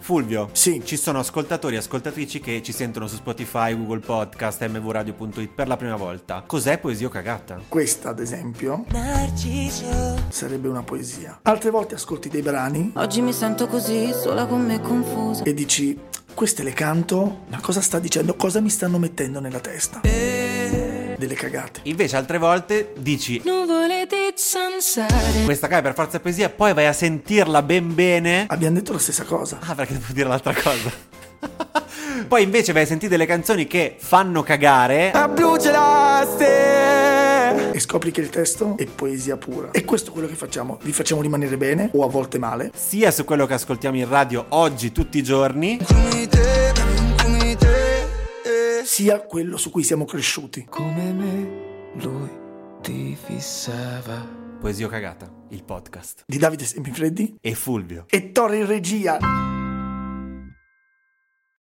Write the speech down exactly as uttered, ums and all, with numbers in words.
Fulvio, sì, ci sono ascoltatori e ascoltatrici che ci sentono su Spotify, Google Podcast, m v radio punto it per la prima volta. Cos'è poesia o cagata? Questa, ad esempio, Narciso. sarebbe una poesia. Altre volte ascolti dei brani Oggi mi sento così, sola con me confusa. e dici, queste le canto, ma cosa sta dicendo? Cosa mi stanno mettendo nella testa? Delle cagate. Invece altre volte dici Nuvole di zanzare. questa cara per forza poesia, poi vai a sentirla ben bene. Abbiamo detto la stessa cosa. Ah, perché devo dire l'altra cosa. Poi invece vai a sentire delle canzoni che fanno cagare E scopri che il testo è poesia pura. E questo è quello che facciamo. Vi facciamo rimanere bene, o a volte male, sia su quello che ascoltiamo in radio oggi tutti i giorni, sia quello su cui siamo cresciuti. Come me lui ti fissava. Poesia o cagata, il podcast. Di Davide Semifreddi E Fulvio. e Toro in regia.